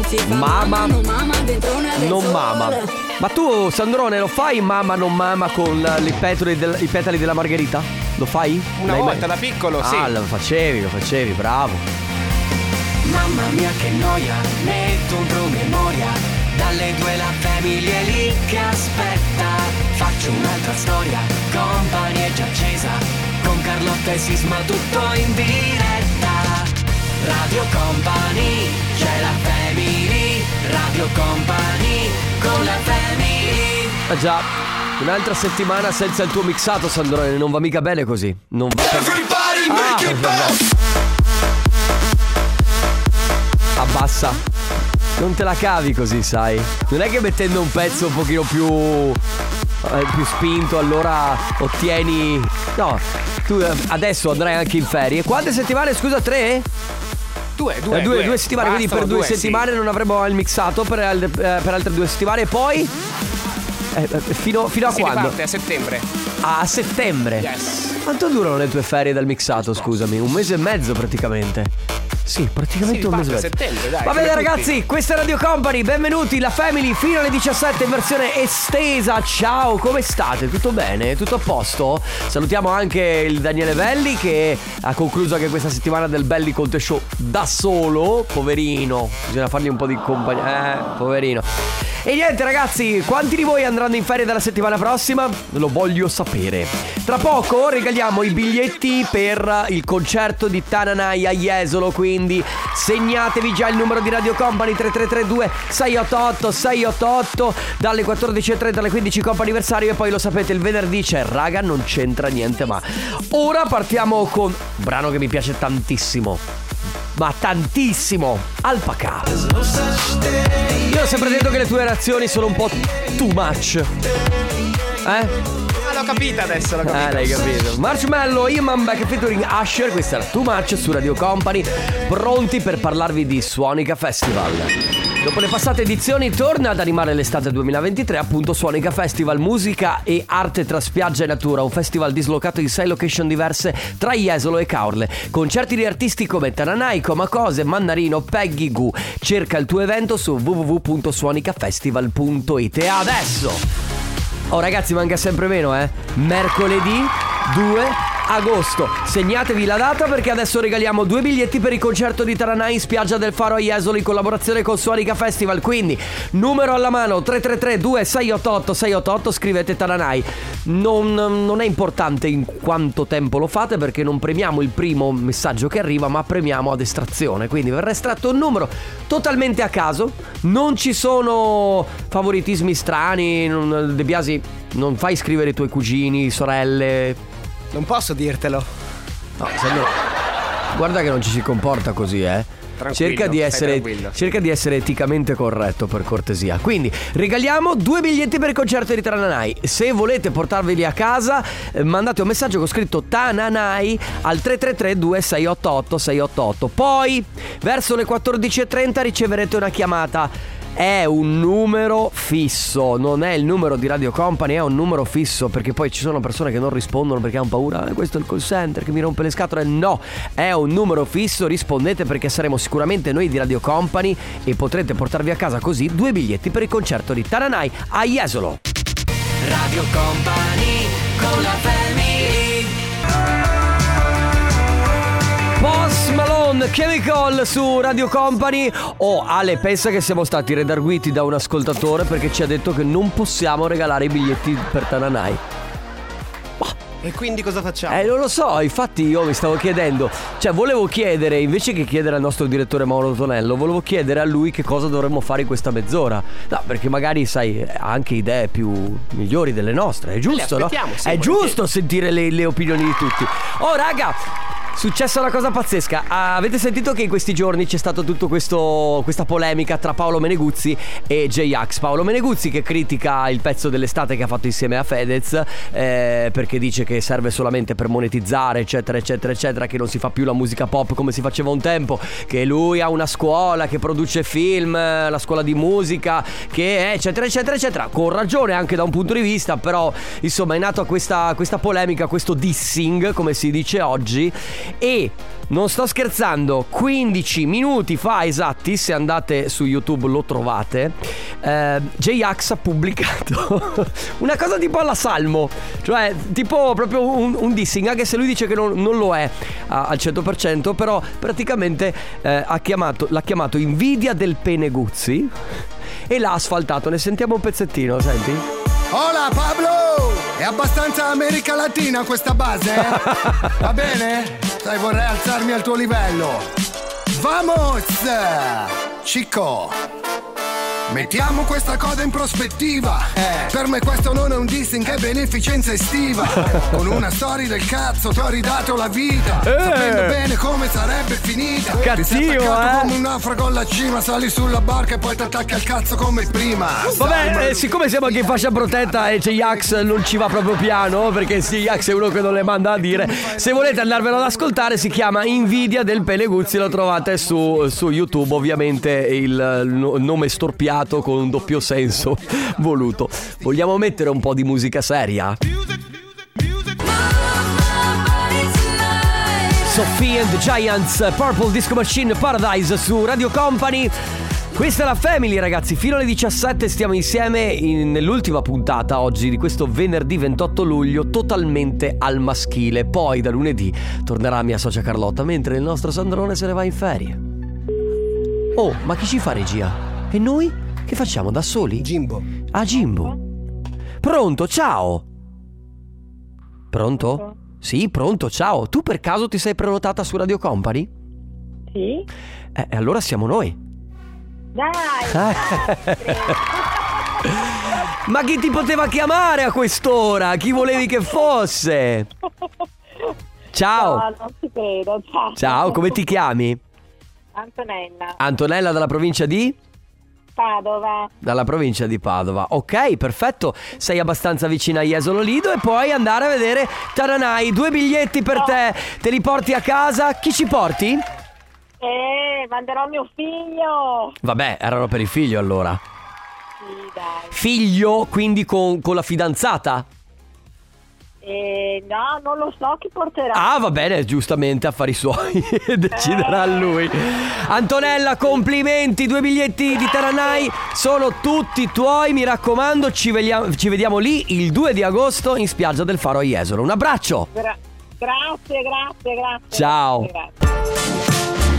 Mama non mama. Ma tu, Sandrone, lo fai mamma non mama con i petali della margherita? Lo fai? Una volta da piccolo, sì. Ah, lo facevi, bravo. Mamma mia che noia, metto un promemoria. Dalle 2 la famiglia è lì che aspetta. Faccio un'altra storia, Company è già accesa. Con Carlotta e Sisma tutto in diretta. Radio Company, c'è la family. Radio Company, con la family. Ah già, un'altra settimana senza il tuo mixato, Sandrone, non va mica bene così. Non va. Abbassa. Non te la cavi così, sai. Non è che mettendo un pezzo un pochino più spinto allora ottieni. No, tu adesso andrai anche in ferie. Quante settimane, scusa, 3? Due settimane. Quindi per 2 settimane sì. Non avremo il mixato per altre 2 settimane. E poi fino a quando? Riparte a settembre. A settembre? Yes. Quanto durano le tue ferie dal mixato, scusami? 1 mese e mezzo praticamente. Sì, praticamente 1 mese e mezzo. Settembre, dai. Va bene ragazzi, questa è Radio Company, benvenuti, la Family fino alle 17 in versione estesa. Ciao, come state? Tutto bene? Tutto a posto? Salutiamo anche il Daniele Belli che ha concluso anche questa settimana del Belli Conte Show da solo. Poverino, bisogna fargli un po' di compagnia. Poverino. E niente ragazzi, quanti di voi andranno in ferie dalla settimana prossima? Lo voglio sapere. Tra poco regaliamo i biglietti per il concerto di Tananai a Jesolo, quindi segnatevi già il numero di Radio Company 3332 688 688 dalle 14.30 alle 15 comp'anniversario. E poi lo sapete, il venerdì c'è Raga non c'entra niente. Ma ora partiamo con un brano che mi piace tantissimo, ma tantissimo, Alpaca. Io ho sempre detto che le tue reazioni sono un po' too much. L'ho capita adesso, l'ho capita. L'hai capito. Marshmallow, Iman Beck featuring Usher. Questa era Too Much su Radio Company. Pronti per parlarvi di Suonica Festival. Dopo le passate edizioni torna ad animare l'estate 2023 appunto Suonica Festival, musica e arte tra spiaggia e natura, un festival dislocato in 6 location diverse tra Jesolo e Caorle. Concerti di artisti come Tananai, Comacose, Mannarino, Peggy Goo. Cerca il tuo evento su www.suonicafestival.it. E adesso, oh ragazzi, manca sempre meno, mercoledì 2 agosto. Segnatevi la data perché adesso regaliamo 2 biglietti per il concerto di Tananai in spiaggia del Faro a Jesolo in collaborazione con Suonica Festival. Quindi numero alla mano 333-2688-688, scrivete Tananai. Non è importante in quanto tempo lo fate perché non premiamo il primo messaggio che arriva, ma premiamo ad estrazione. Quindi verrà estratto un numero totalmente a caso. Non ci sono favoritismi strani. De Biasi, non fai scrivere i tuoi cugini, sorelle. Non posso dirtelo. No, guarda che non ci si comporta così, cerca di essere eticamente corretto, per cortesia. Quindi regaliamo 2 biglietti per il concerto di Tananai. Se volete portarveli a casa, mandate un messaggio con scritto Tananai al 333-2688-688. Poi verso le 14.30 riceverete una chiamata. È un numero fisso, non è il numero di Radio Company, è un numero fisso, perché poi ci sono persone che non rispondono perché hanno paura. Questo è il call center che mi rompe le scatole. No, è un numero fisso, rispondete perché saremo sicuramente noi di Radio Company e potrete portarvi a casa così 2 biglietti per il concerto di Tananai a Jesolo. Radio Company con la family. Post Malone, Chemical su Radio Company. Ale, pensa che siamo stati redarguiti da un ascoltatore perché ci ha detto che non possiamo regalare i biglietti per Tananai. E quindi cosa facciamo? Non lo so, infatti io mi stavo chiedendo, cioè volevo chiedere, invece che chiedere al nostro direttore Mauro Tonello, volevo chiedere a lui che cosa dovremmo fare in questa mezz'ora. No, perché magari sai, ha anche idee più migliori delle nostre, è giusto, no? Sì, è giusto sentire le opinioni di tutti. Oh raga, successa una cosa pazzesca. Avete sentito che in questi giorni c'è stato tutto questa polemica tra Paolo Meneguzzi e J-Ax. Paolo Meneguzzi che critica il pezzo dell'estate che ha fatto insieme a Fedez, perché dice che serve solamente per monetizzare, eccetera eccetera eccetera, che non si fa più la musica pop come si faceva un tempo, che lui ha una scuola che produce film, la scuola di musica, che è eccetera eccetera eccetera. Con ragione anche da un punto di vista, però insomma è nato questa polemica, questo dissing come si dice oggi. E non sto scherzando, 15 minuti fa esatti, se andate su YouTube lo trovate, J-Ax ha pubblicato una cosa tipo alla Salmo, cioè tipo proprio un dissing, anche se lui dice che non lo è al 100%, però praticamente l'ha chiamato invidia del pene Guzzi e l'ha asfaltato. Ne sentiamo un pezzettino, senti? Hola Pablo! È abbastanza America Latina questa base? Va bene? Sai, vorrei alzarmi al tuo livello. Vamos! Chico! Mettiamo questa cosa in prospettiva. Per me questo non è un dissing, è beneficenza estiva. Con una storia del cazzo ti ho ridato la vita, sapendo bene come sarebbe finita. Ti sei attaccato come un naufrago alla cima, sali sulla barca e poi ti attacchi al cazzo come prima. Vabbè, siccome siamo anche in fascia protetta e J-Ax non ci va proprio piano, perché J-Ax è uno che non le manda a dire, se volete andarvelo ad ascoltare si chiama Invidia del pene Guzzi, lo trovate su YouTube, ovviamente il nome storpiato con un doppio senso voluto. Vogliamo mettere un po' di musica seria? Sophie and the Giants, Purple Disco Machine, Paradise su Radio Company. Questa è la Family, ragazzi, fino alle 17 stiamo insieme nell'ultima puntata oggi di questo venerdì 28 luglio totalmente al maschile. Poi da lunedì tornerà mia socia Carlotta, mentre il nostro Sandrone se ne va in ferie. Oh, ma chi ci fa regia? E noi? Che facciamo, da soli? Jimbo. Ah, Jimbo. Pronto, ciao. Pronto? Sì, pronto, ciao. Tu per caso ti sei prenotata su Radio Company? Sì. Allora siamo noi. Dai. Ma chi ti poteva chiamare a quest'ora? Chi volevi che fosse? Ciao. No, non ci credo. Ciao, come ti chiami? Antonella. Antonella, dalla provincia di? Padova. Dalla provincia di Padova. Ok, perfetto. Sei abbastanza vicina a Jesolo Lido. E puoi andare a vedere Taranai. 2 biglietti per te. Te li porti a casa. Chi ci porti? Manderò mio figlio. Vabbè, erano per il figlio allora. Sì, dai. Figlio, quindi con la fidanzata? No, non lo so chi porterà. Ah, va bene, giustamente, affari suoi. Deciderà lui. Antonella, complimenti, 2 biglietti di Taranai sono tutti tuoi, mi raccomando. Ci vediamo lì il 2 di agosto in spiaggia del Faro a Jesolo. Un abbraccio. Grazie. Ciao. Grazie.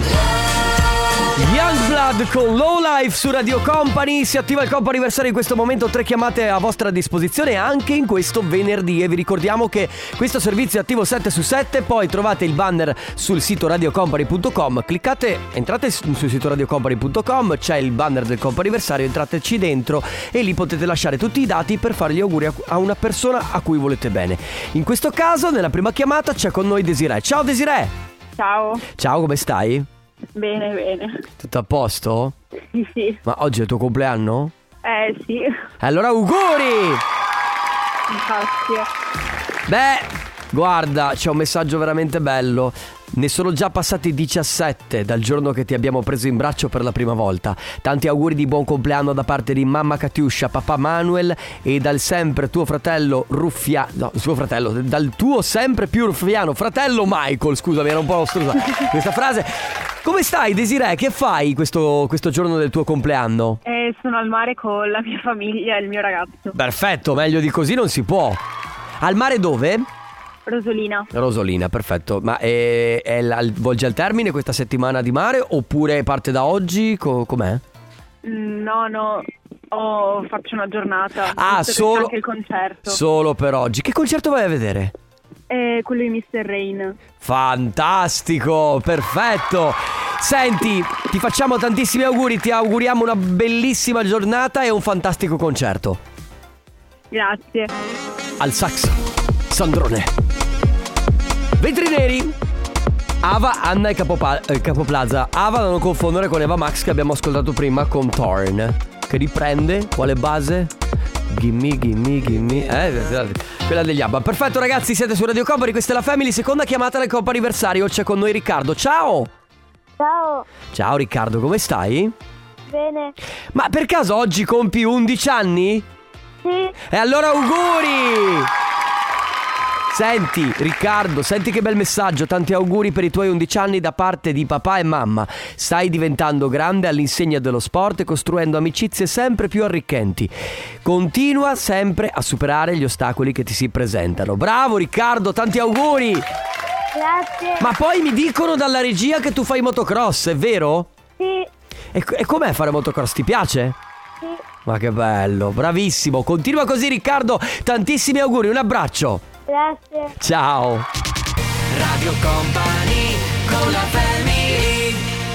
Youngblood con Low Life su Radio Company. Si attiva il compo anniversario in questo momento. 3 chiamate a vostra disposizione anche in questo venerdì. E vi ricordiamo che questo servizio è attivo 7 su 7. Poi trovate il banner sul sito radiocompany.com. Entrate sul sito radiocompany.com. C'è il banner del compo anniversario. Entrateci dentro e lì potete lasciare tutti i dati per fare gli auguri a una persona a cui volete bene. In questo caso, nella prima chiamata c'è con noi Desiree. Ciao Desiree. Ciao, come stai? Bene. Tutto a posto? Sì. Ma oggi è il tuo compleanno? Sì. Allora auguri! Grazie. Beh, guarda, c'è un messaggio veramente bello. Ne sono già passati 17 dal giorno che ti abbiamo preso in braccio per la prima volta. Tanti auguri di buon compleanno da parte di mamma Catiuscia, papà Manuel e dal sempre tuo fratello dal tuo sempre più ruffiano fratello Michael. Scusami, era un po' ostrusa questa frase. Come stai, Desiree? Che fai questo giorno del tuo compleanno? Sono al mare con la mia famiglia e il mio ragazzo. Perfetto, meglio di così non si può. Al mare dove? Rosolina, perfetto. Ma volge al termine questa settimana di mare oppure parte da oggi? Com'è? No, faccio una giornata. Solo anche il concerto. Solo per oggi. Che concerto vai a vedere? Quello di Mr. Rain. Fantastico, perfetto. Senti, ti facciamo tantissimi auguri. Ti auguriamo una bellissima giornata e un fantastico concerto. Grazie. Al sax Sandrone. Vetri neri. Ava, Anna e Capoplaza. Ava da non confondere con Eva Max che abbiamo ascoltato prima con Torn, che riprende quale base? Gimme. Quella degli ABBA. Perfetto ragazzi, siete su Radio Company. Questa è la Family, seconda chiamata del compo anniversario. C'è con noi Riccardo. Ciao Ciao Riccardo, come stai? Bene. Ma per caso oggi compi 11 anni? Sì. E allora auguri! Senti Riccardo, senti che bel messaggio. Tanti auguri per i tuoi 11 anni da parte di papà e mamma. Stai diventando grande all'insegna dello sport e costruendo amicizie sempre più arricchenti. Continua sempre a superare gli ostacoli che ti si presentano. Bravo Riccardo, tanti auguri. Grazie. Ma poi mi dicono dalla regia che tu fai motocross, è vero? Sì. E com'è fare motocross? Ti piace? Sì. Ma che bello, bravissimo. Continua così Riccardo, tantissimi auguri, un abbraccio. Grazie. Ciao. Radio Company con la family.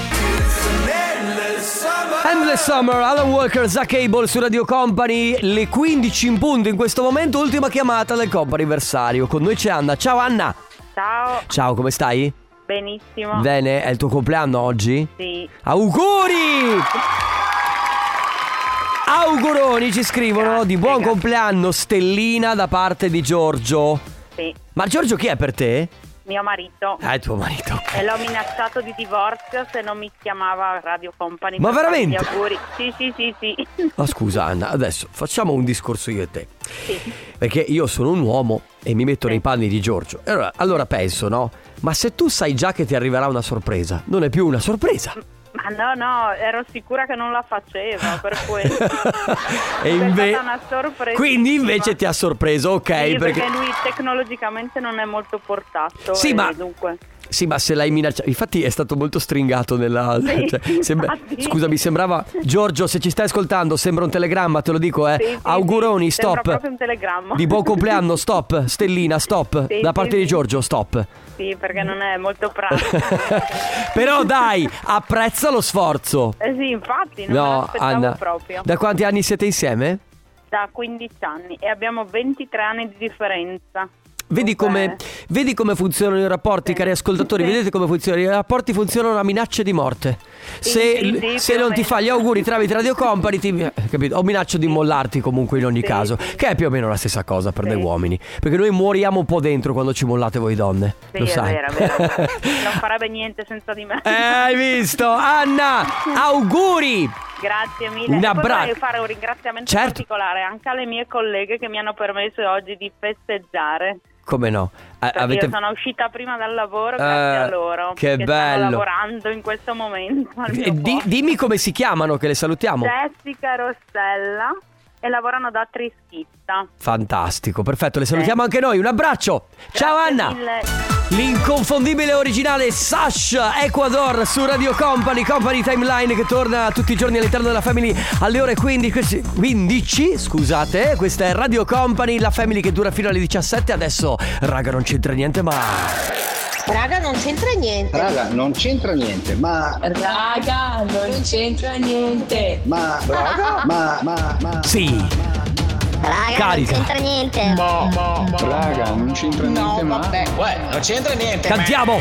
Endless Summer, Alan Walker, Zach Abel su Radio Company. Le 15 in punto in questo momento, ultima chiamata del comp'anniversario. Con noi c'è Anna. Ciao Anna. Ciao, Ciao, come stai? benissimo. Bene, è il tuo compleanno oggi? Sì. Auguri! Auguroni ci scrivono. Grazie, di buon grazie. compleanno Stellina da parte di Giorgio. Sì, Ma Giorgio chi è per te? mio marito. È tuo marito. E l'ho minacciato di divorzio se non mi chiamava Radio Company. Ma per fargli veramente? gli auguri. Sì. Ma scusa Anna, adesso facciamo un discorso io e te. Sì. Perché io sono un uomo e mi metto Sì. nei panni di Giorgio. E allora penso, no? Ma se tu sai già che ti arriverà una sorpresa, non è più una sorpresa. Ma no, ero sicura che non la faceva, per questo. E È inve- stata una sorpresa. Quindi invece ti ha sorpreso, ok? Sì, perché lui tecnologicamente non è molto portato. Sì, e ma- dunque. Sì, ma se l'hai minacciato. Infatti è stato molto stringato nella. Sì, infatti. Scusami, sembrava. Giorgio, se ci stai ascoltando, sembra un telegramma, te lo dico, Sì, Auguroni, sì, sembra stop. proprio un telegramma. Di buon compleanno, stop. Stellina, stop. Sì, da sì, parte di sì. Giorgio, stop. Sì, perché non è molto pratico. Però dai, apprezza lo sforzo. Sì, infatti, non me l'aspettavo Anna, proprio. da quanti anni siete insieme? Da 15 anni e abbiamo 23 anni di differenza. Vedi come funzionano i rapporti, cari ascoltatori. Sì. Vedete come funzionano? I rapporti funzionano a minacce di morte. Se sì, più non o ti meno. fa gli auguri tramite Radio Company, capito? O minaccio di mollarti comunque in ogni Sì, caso. sì. Che è più o meno la stessa cosa per Sì. noi uomini. Perché noi moriamo un po' dentro quando ci mollate voi donne. Sì, Lo è sai. vero, è vero. Non farebbe niente senza di me. Hai visto? Anna, auguri! Grazie mille. Un E poi abbraccio. vorrei fare un ringraziamento Certo. particolare anche alle mie colleghe che mi hanno permesso oggi di festeggiare. Come no? Perché io sono uscita prima dal lavoro grazie a loro. Che bello. Stanno lavorando in questo momento al mio posto. Dimmi come si chiamano, che le salutiamo. Jessica e Rossella e lavorano da trischista. Fantastico, perfetto, le salutiamo anche noi, un abbraccio. Ciao Grazie Anna. mille. L'inconfondibile originale Sash Ecuador su Radio Company Timeline, che torna tutti i giorni all'interno della Family alle ore 15, scusate. Questa è Radio Company, la Family che dura fino alle 17. Adesso, raga, non c'entra niente, ma Raga, non c'entra niente. Raga, non c'entra niente, ma Raga, non c'entra niente. sì, Raga, Carica. non c'entra niente. raga, non c'entra niente, ma Uè, non c'entra niente. cantiamo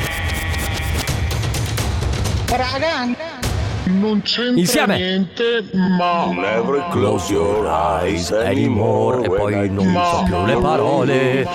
Raga, Non c'entra insieme. niente, ma Never close your eyes anymore. E poi non so più le parole.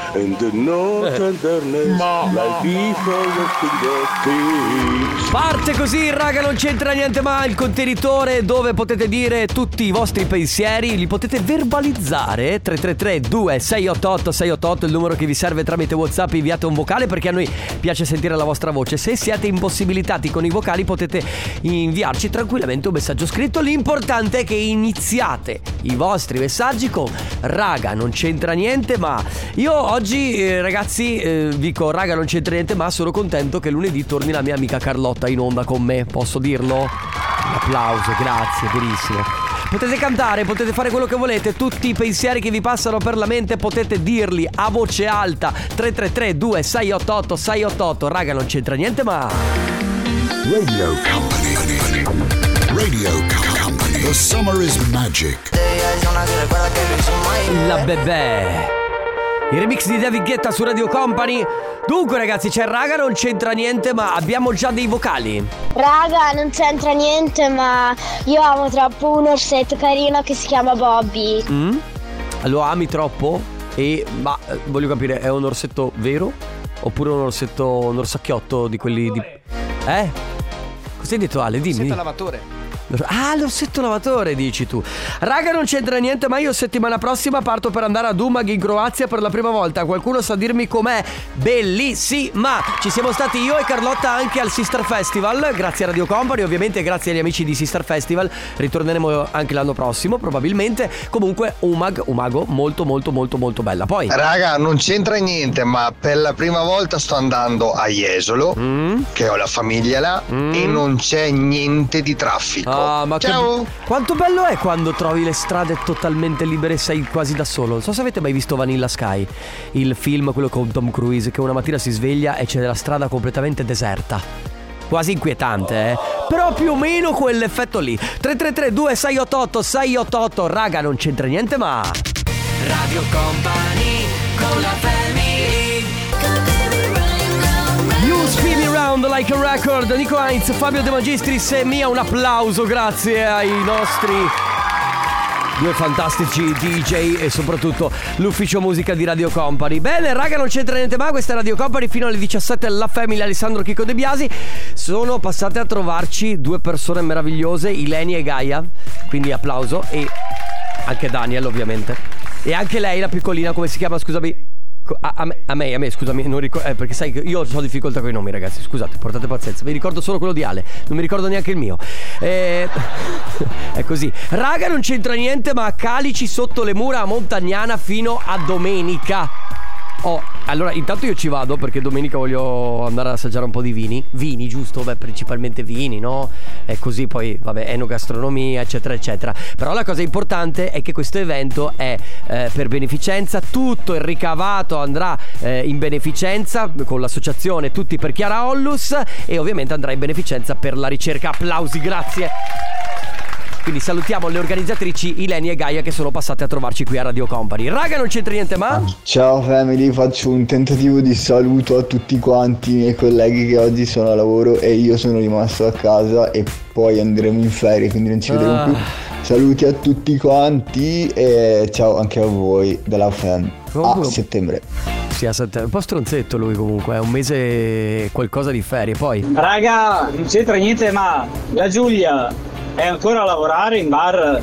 Parte così, raga, non c'entra niente, ma il contenitore dove potete dire tutti i vostri pensieri, li potete verbalizzare. 333-2688-688, il numero che vi serve tramite WhatsApp. Inviate un vocale perché a noi piace sentire la vostra voce. Se siete impossibilitati con i vocali, potete inviarci tranquillamente un messaggio scritto. L'importante è che iniziate i vostri messaggi con raga, non c'entra niente, ma io oggi, ragazzi, dico raga, non c'entra niente, ma sono contento che lunedì torni la mia amica Carlotta in onda con me. Posso dirlo? Un applauso, grazie, verissimo. Potete cantare, potete fare quello che volete. Tutti i pensieri che vi passano per la mente potete dirli a voce alta. 333-2688-688. Raga, non c'entra niente, ma Radio Company. The summer is magic. la bebè. Il remix di David Guetta su Radio Company. Dunque ragazzi, c'è raga, non c'entra niente, ma abbiamo già dei vocali. Raga, non c'entra niente, ma io amo troppo un orsetto carino che si chiama Bobby. Lo ami troppo? Ma voglio capire, è un orsetto vero? Oppure un orsacchiotto di quelli di... Cosa hai detto Ale? Dimmi. Sento lavatore. L'orsetto lavatore dici tu. Raga, non c'entra niente, ma io settimana prossima parto per andare ad Umag in Croazia per la prima volta. Qualcuno sa dirmi com'è? Bellissima. Ci siamo stati io e Carlotta anche al Sister Festival, grazie a Radio Company, ovviamente grazie agli amici di Sister Festival. Ritorneremo anche l'anno prossimo probabilmente. Comunque Umago molto molto molto molto bella. Poi raga, non c'entra niente, ma per la prima volta sto andando a Jesolo, che ho la famiglia là, e non c'è niente di traffico. Ma ciao. Quanto bello è quando trovi le strade totalmente libere e sei quasi da solo. Non so se avete mai visto Vanilla Sky, il film, quello con Tom Cruise, che una mattina si sveglia e c'è la strada completamente deserta. Quasi inquietante, però più o meno quell'effetto lì. 333-2688-688. Raga, non c'entra niente, ma Radio Company con la family. You Spin Me Round Like a Record. Nico Heinz, Fabio De Magistris e Mia. Un applauso, grazie ai nostri due fantastici DJ e soprattutto l'ufficio musica di Radio Company. Bene, raga, non c'entra niente, ma questa è Radio Company fino alle 17. La Family, Alessandro Chicco De Biasi. Sono passate a trovarci due persone meravigliose, Ilenia e Gaia. Quindi applauso. E anche Daniel, ovviamente. E anche lei, la piccolina, come si chiama, scusami? A me, scusami, non ricordo, perché sai che io ho difficoltà con i nomi, ragazzi, scusate, portate pazienza. Mi ricordo solo quello di Ale, non mi ricordo neanche il mio. È così. Raga, non c'entra niente, ma calici sotto le mura a Montagnana fino a domenica. Allora intanto io ci vado perché domenica voglio andare ad assaggiare un po' di vini, giusto? Beh, principalmente vini, no? E così poi, vabbè, enogastronomia, eccetera, eccetera. Però la cosa importante è che questo evento è per beneficenza. Tutto il ricavato andrà in beneficenza con l'associazione Tutti per Chiara Ollus, e ovviamente andrà in beneficenza per la ricerca. Applausi, grazie. Quindi salutiamo le organizzatrici Ilenia e Gaia che sono passate a trovarci qui a Radio Company. Raga, non c'entra niente, ma ciao family, faccio un tentativo di saluto a tutti quanti i miei colleghi che oggi sono a lavoro e io sono rimasto a casa e poi andremo in ferie, quindi non ci vedremo più. Saluti a tutti quanti e ciao anche a voi della Fam. A settembre. Sì, a settembre. Un po' stronzetto lui comunque, è un mese qualcosa di ferie. Poi raga, non c'entra niente, ma la Giulia è ancora a lavorare in bar?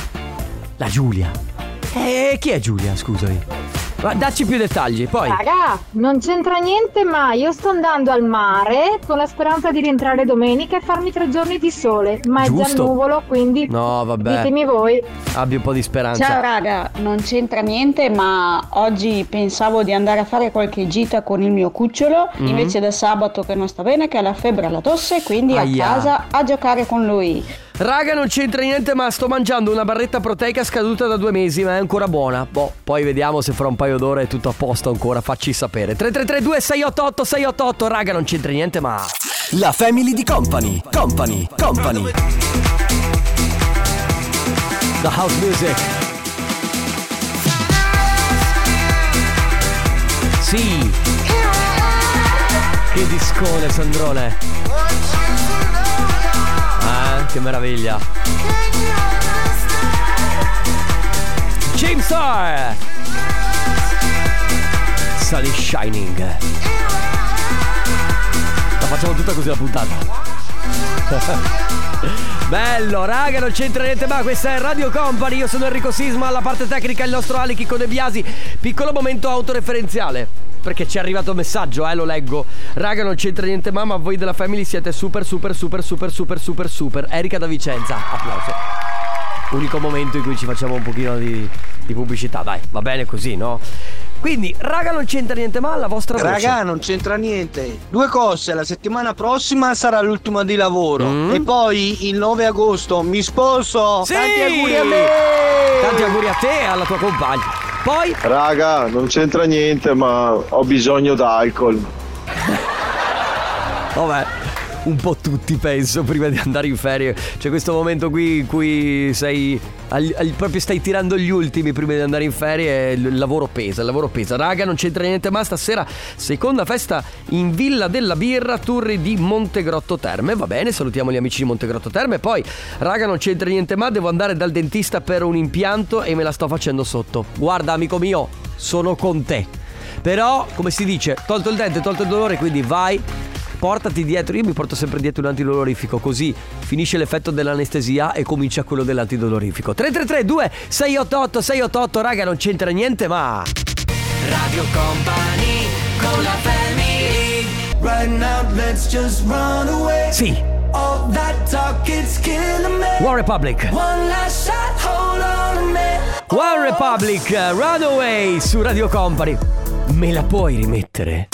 La Giulia? Chi è Giulia, scusami? Ma dacci più dettagli, poi. Raga, non c'entra niente, ma io sto andando al mare con la speranza di rientrare domenica e farmi 3 giorni di sole. Ma è già nuvolo, quindi no, vabbè, ditemi voi. Abbi un po' di speranza. Ciao raga, non c'entra niente, ma oggi pensavo di andare a fare qualche gita con il mio cucciolo. Invece da sabato che non sta bene, che ha la febbre e la tosse, quindi a casa a giocare con lui. Raga, non c'entra niente, ma sto mangiando una barretta proteica scaduta da 2 mesi, ma è ancora buona. Poi vediamo se fra un paio d'ore è tutto a posto ancora, facci sapere. 333-2688-688. Raga, non c'entra niente, ma la Family di Company. The house music. Sì. Che discone, Sandrone. Che meraviglia. James Star, Sun is Shining. La facciamo tutta così la puntata. Bello, raga, non c'entra niente, ma questa è Radio Company. Io sono Enrico Sisma, alla parte tecnica il nostro Ali Chicco De Biasi. Piccolo momento autoreferenziale, perché ci è arrivato un messaggio, lo leggo. Raga, non c'entra niente, ma voi della Family siete super. Erika da Vicenza, applauso. Unico momento in cui ci facciamo un pochino di pubblicità, dai, va bene così, no? Quindi, raga, non c'entra niente, ma la vostra voce. Raga, non c'entra niente. 2 cose, la settimana prossima sarà l'ultima di lavoro e poi il 9 agosto mi sposo. Sì! Tanti auguri a me. Tanti auguri a te e alla tua compagna. Poi? Raga, non c'entra niente, ma ho bisogno d'alcol. Vabbè, un po' tutti penso prima di andare in ferie. C'è questo momento qui in cui sei proprio stai tirando gli ultimi prima di andare in ferie e il lavoro pesa. Raga, non c'entra niente, ma stasera seconda festa in Villa della Birra, Turri di Montegrotto Terme. Va bene, salutiamo gli amici di Montegrotto Terme. Poi, raga, non c'entra niente, ma devo andare dal dentista per un impianto e me la sto facendo sotto. Guarda, amico mio, sono con te. Però, come si dice, tolto il dente, tolto il dolore, quindi vai. portati dietro, io mi porto sempre dietro un antidolorifico, così finisce l'effetto dell'anestesia e comincia quello dell'antidolorifico. 333-2688-688, raga, non c'entra niente ma Radio Company con la family. Right now let's just run away. Sì. All that talk it's killing me. One Republic. One last shot, hold on a minute. One Republic, Runaway su Radio Company. Me la puoi rimettere?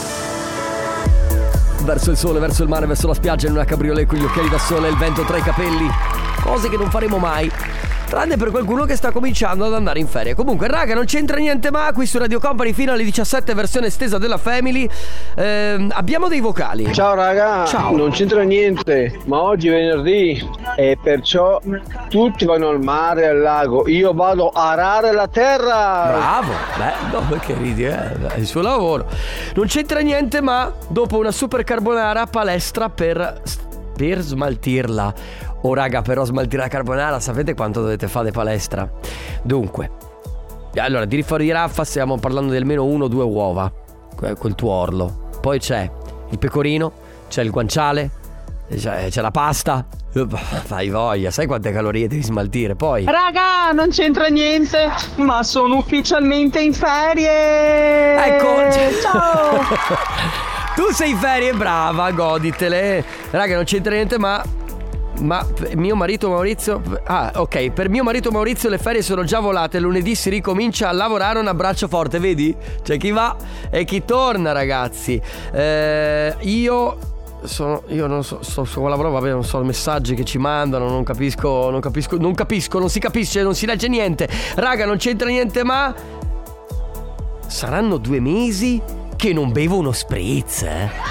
Verso il sole, verso il mare, verso la spiaggia, in una cabriolet con gli occhiali da sole e il vento tra i capelli. Cose che non faremo mai, tranne per qualcuno che sta cominciando ad andare in ferie. Comunque, raga, non c'entra niente ma qui su Radio Company fino alle 17, versione estesa della Family. Abbiamo dei vocali. Ciao raga, ciao. Non c'entra niente, ma oggi è venerdì e perciò tutti vanno al mare, al lago. Io vado a arare la terra. Bravo, bello, perché ridi, è il suo lavoro. Non c'entra niente ma dopo una super carbonara, palestra per smaltirla. Oh raga, però smaltire la carbonara, sapete quanto dovete fare palestra? Dunque, allora di fuori di raffa stiamo parlando di almeno 1 o 2 uova, quel tuorlo. Poi c'è il pecorino, c'è il guanciale, c'è la pasta. Fai voglia, sai quante calorie devi smaltire poi? Raga, non c'entra niente, ma sono ufficialmente in ferie. Ecco, ciao. Tu sei in ferie, brava, goditele. Raga, non c'entra niente ma mio marito Maurizio. Ah, ok, per mio marito Maurizio le ferie sono già volate. Lunedì si ricomincia a lavorare. Un abbraccio forte, vedi? C'è chi va e chi torna, ragazzi. Io non so, sto con la prova, non so i messaggi che ci mandano, non si capisce, non si legge niente. Raga, non c'entra niente ma saranno 2 mesi che non bevo uno spritz,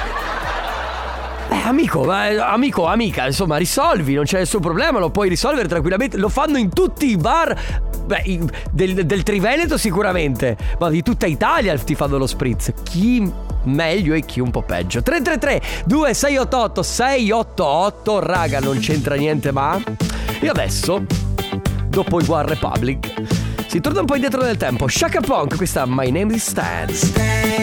amico, amica, insomma, risolvi, non c'è nessun problema, lo puoi risolvere tranquillamente. Lo fanno in tutti i bar, del Triveneto sicuramente, ma di tutta Italia ti fanno lo spritz. Chi meglio e chi un po' peggio. 333-2688-688, raga, non c'entra niente ma. E adesso, dopo il One Republic, si torna un po' indietro nel tempo. Chaka Ponk, questa My Name is Stan.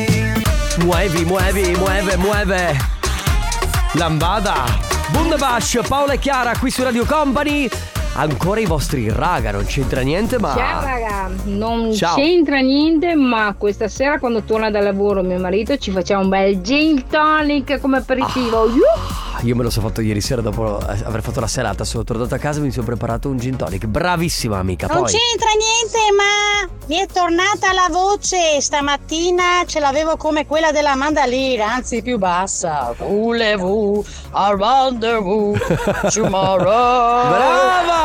Muove Lambada, Bundabash, Paola e Chiara qui su Radio Company. Ancora i vostri raga, non c'entra niente ma. Ciao raga, non c'entra niente ma questa sera quando torna dal lavoro mio marito ci facciamo un bel gin tonic come aperitivo. Io me lo sono fatto ieri sera dopo aver fatto la serata. Sono tornato a casa e mi sono preparato un gin tonic. Bravissima amica. Non poi c'entra niente ma mi è tornata la voce. Stamattina ce l'avevo come quella della Mandalina, anzi più bassa. Voulez-vous I rendezvous tomorrow. Brava!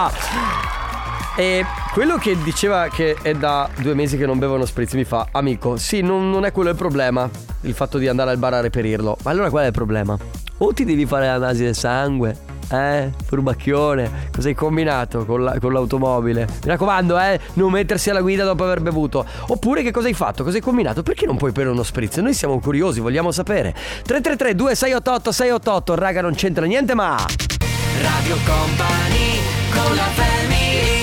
E quello che diceva che è da 2 mesi che non beve uno spritz mi fa: amico, sì, non è quello il problema, il fatto di andare al bar a reperirlo. Ma allora qual è il problema? O ti devi fare l'analisi del sangue, furbacchione, cosa hai combinato con l'automobile? Mi raccomando, non mettersi alla guida dopo aver bevuto. Oppure che cosa hai fatto? Cosa hai combinato? Perché non puoi bere uno spritz? Noi siamo curiosi, vogliamo sapere. 333-2688-688, raga, non c'entra niente ma. Radio Company con la family.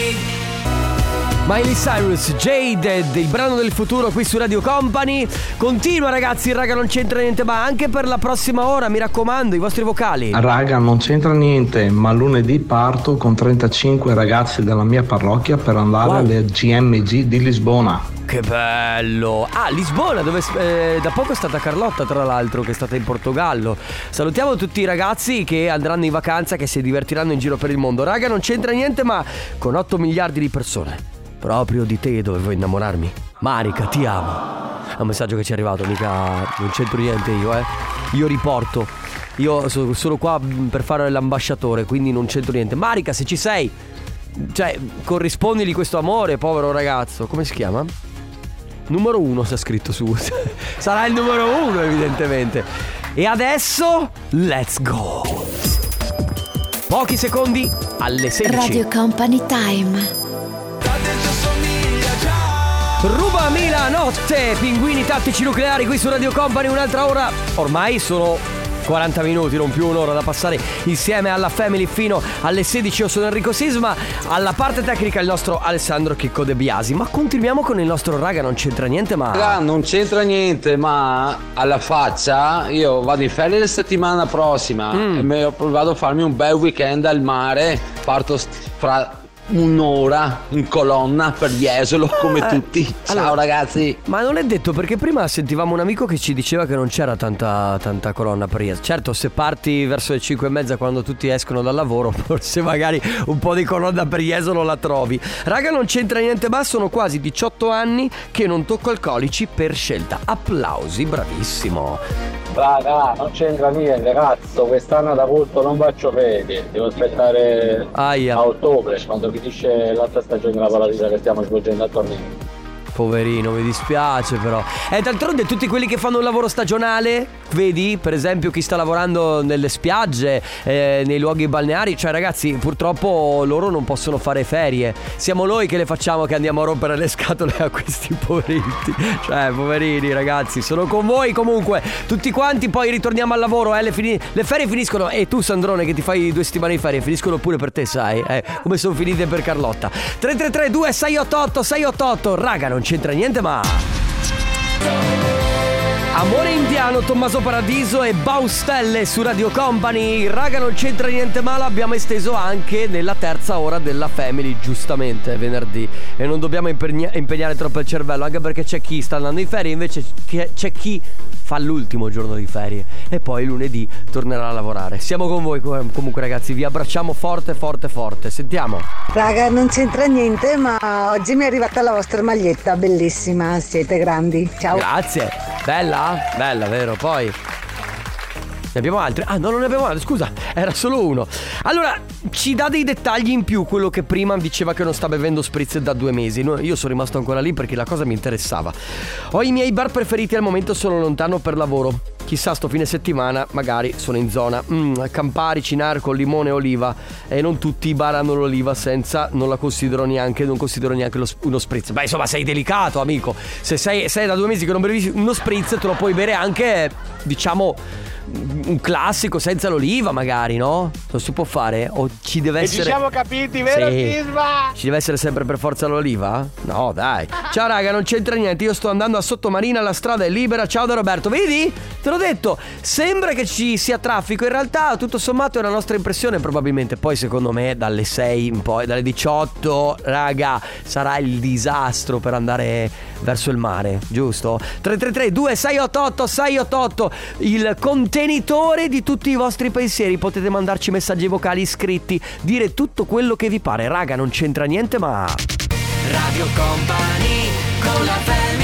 Miley Cyrus, Jade, il brano del futuro qui su Radio Company. Continua ragazzi, raga, non c'entra niente ma anche per la prossima ora, mi raccomando, i vostri vocali. Raga, non c'entra niente, ma lunedì parto con 35 ragazzi della mia parrocchia per andare alle GMG di Lisbona. Che bello! Ah, Lisbona, dove da poco è stata Carlotta, tra l'altro, che è stata in Portogallo. Salutiamo tutti i ragazzi che andranno in vacanza, che si divertiranno in giro per il mondo. Raga, non c'entra niente ma con 8 miliardi di persone, proprio di te dovevo innamorarmi. Marica, ti amo. È un messaggio che ci è arrivato, mica non c'entro niente io, Io riporto. Io sono qua per fare l'ambasciatore, quindi non c'entro niente. Marica, se ci sei, cioè, corrispondili questo amore, povero ragazzo. Come si chiama? Numero 1 si è scritto su. Sarà il numero 1 evidentemente. E adesso let's go. Pochi secondi alle 16. Radio Company Time. Ruba Mila notte, pinguini tattici nucleari qui su Radio Company, un'altra ora. Ormai sono 40 minuti, non più un'ora da passare insieme alla Family fino alle 16. Io sono Enrico Sisma, alla parte tecnica il nostro Alessandro Chicco De Biasi. Ma continuiamo con il nostro raga non c'entra niente ma... Raga, non c'entra niente ma alla faccia io vado in ferie la settimana prossima e vado a farmi un bel weekend al mare, parto fra un'ora in colonna per Jesolo come tutti. Ciao allora, ragazzi. Ma non è detto, perché prima sentivamo un amico che ci diceva che non c'era tanta colonna per Jesolo. Certo, se parti verso le 5:30 quando tutti escono dal lavoro, forse magari un po' di colonna per Jesolo la trovi. Raga, non c'entra niente ma sono quasi 18 anni che non tocco alcolici per scelta. Applausi, bravissimo. Raga, non c'entra niente, cazzo, quest'anno ad agosto non faccio ferie, devo aspettare a ottobre, quando finisce l'altra stagione della paradiso che stiamo svolgendo a Torino. Poverino, mi dispiace però. E d'altronde tutti quelli che fanno un lavoro stagionale, vedi, per esempio chi sta lavorando nelle spiagge, nei luoghi balneari, cioè ragazzi, purtroppo loro non possono fare ferie. Siamo noi che le facciamo, che andiamo a rompere le scatole a questi poveretti. Cioè, poverini ragazzi, sono con voi comunque, tutti quanti. Poi ritorniamo al lavoro, le ferie finiscono. E tu Sandrone che ti fai 2 settimane di ferie, finiscono pure per te, sai, come sono finite per Carlotta. 333-2688-688. Raga, non c'entra niente ma... Amore indiano, Tommaso Paradiso e Baustelle su Radio Company. Raga, non c'entra niente ma l'abbiamo esteso anche nella terza ora della Family, giustamente, venerdì. E non dobbiamo impegnare troppo il cervello, anche perché c'è chi sta andando in ferie, invece c'è chi fa l'ultimo giorno di ferie e poi lunedì tornerà a lavorare. Siamo con voi comunque ragazzi, vi abbracciamo forte forte forte. Sentiamo. Raga, non c'entra niente ma oggi mi è arrivata la vostra maglietta, bellissima, siete grandi. Ciao. Grazie. Bella, vero? Poi ne abbiamo altri? Ah no, non ne abbiamo altri, scusa, era solo uno. Allora, ci dà dei dettagli in più quello che prima diceva che non sta bevendo spritz da 2 mesi. Io sono rimasto ancora lì perché la cosa mi interessava. Ho i miei bar preferiti al momento, sono lontano per lavoro. Chissà, sto fine settimana magari sono in zona Campari, Cinarco, limone e oliva. E non tutti i bar hanno l'oliva senza, non considero neanche uno spritz. Beh, insomma, sei delicato, amico. Se sei da 2 mesi che non bevi uno spritz, te lo puoi bere anche, diciamo, un classico senza l'oliva magari, no? Non si può fare? O ci deve essere... E ci siamo capiti, vero Sisma? Ci deve essere sempre per forza l'oliva? No, dai. Ciao raga, non c'entra niente, io sto andando a Sottomarina, la strada è libera. Ciao da Roberto. Vedi? Te l'ho detto, sembra che ci sia traffico, in realtà tutto sommato è la nostra impressione probabilmente. Poi secondo me dalle 6 in poi, dalle 18, raga, sarà il disastro per andare verso il mare, giusto? 333-2688-688, il contenitore di tutti i vostri pensieri. Potete mandarci messaggi vocali scritti, dire tutto quello che vi pare. Raga, non c'entra niente ma... Radio Company con la Family.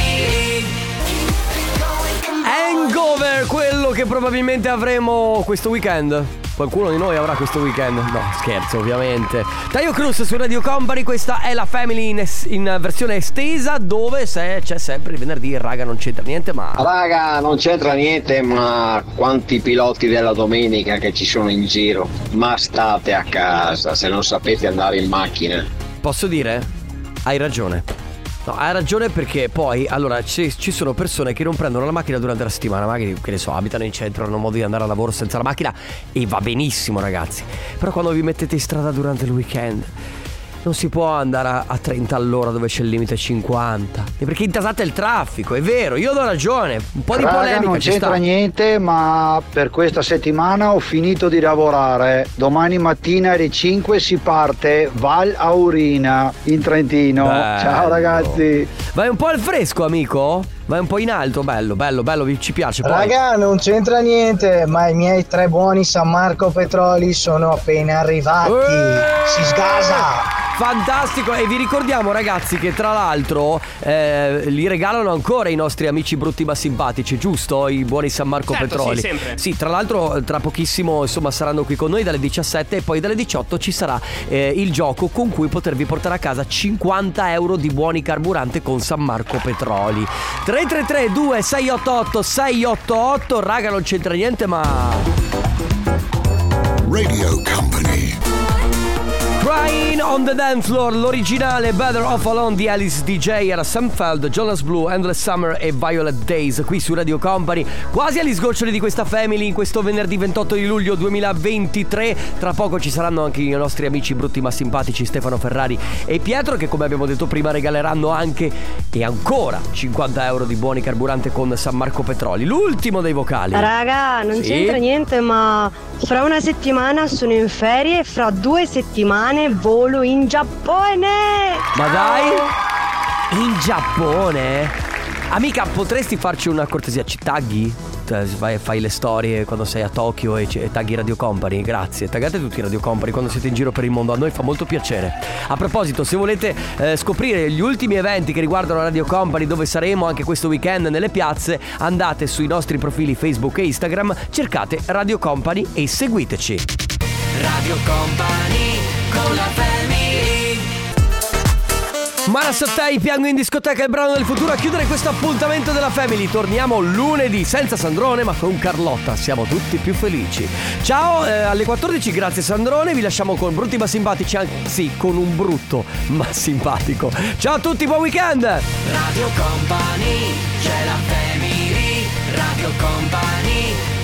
Hangover, quello che probabilmente avremo questo weekend. Qualcuno di noi avrà questo weekend? No, scherzo ovviamente. Taio Cruz su Radio Company, questa è la Family in versione estesa, dove c'è sempre il venerdì. Raga, non c'entra niente ma... Raga, non c'entra niente ma quanti piloti della domenica che ci sono in giro. Ma state a casa se non sapete andare in macchina. Posso dire? Hai ragione. No, hai ragione, perché poi, allora, ci sono persone che non prendono la macchina durante la settimana, magari, che ne so, abitano in centro, hanno modo di andare a lavoro senza la macchina, e va benissimo ragazzi. Però quando vi mettete in strada durante il weekend non si può andare a 30 all'ora dove c'è il limite 50, perché intasate il traffico, è vero, io do ragione. Un po' di polemica non c'entra niente, ma per questa settimana ho finito di lavorare. Domani mattina alle 5 si parte Val Aurina in Trentino. Bello. Ciao ragazzi. Vai un po' al fresco, amico? Vai un po' in alto, bello, ci piace. Poi. Raga, non c'entra niente, ma i miei 3 buoni San Marco Petroli sono appena arrivati. Si sgasa. Fantastico, e vi ricordiamo ragazzi che tra l'altro li regalano ancora i nostri amici brutti ma simpatici, giusto? I buoni San Marco Petroli. Sì, sempre. Sì, tra l'altro tra pochissimo insomma saranno qui con noi dalle 17 e poi dalle 18 ci sarà il gioco con cui potervi portare a casa 50 euro di buoni carburante con San Marco Petroli. 333-2688-688. Raga, non c'entra niente ma... Radio Company. Crying On the Dance Floor, l'originale Better Off Alone di Alice DJ, era Sam Feld, Jonas Blue, Endless Summer e Violet Days qui su Radio Company, quasi agli sgoccioli di questa family in questo venerdì 28 di luglio 2023. Tra poco ci saranno anche i nostri amici brutti ma simpatici Stefano Ferrari e Pietro, che come abbiamo detto prima regaleranno anche e ancora 50 euro di buoni carburante con San Marco Petroli. L'ultimo dei vocali. Raga, non c'entra niente, ma fra una settimana sono in ferie, fra 2 settimane volo in Giappone. Ma dai, in Giappone? Amica, potresti farci una cortesia? Ci tagghi? Fai le storie quando sei a Tokyo e tagli Radio Company. Grazie, taggate tutti Radio Company quando siete in giro per il mondo, a noi fa molto piacere. A proposito, se volete scoprire gli ultimi eventi che riguardano Radio Company, dove saremo anche questo weekend nelle piazze, andate sui nostri profili Facebook e Instagram, cercate Radio Company e seguiteci. Radio Company con la family. Mara Sattei, Piango in discoteca, il brano del futuro a chiudere questo appuntamento della family. Torniamo lunedì senza Sandrone ma con Carlotta, siamo tutti più felici. Ciao, alle 14 grazie Sandrone, vi lasciamo con brutti ma simpatici, anzi con un brutto ma simpatico. Ciao a tutti, buon weekend. Radio Company, c'è la family. Radio Company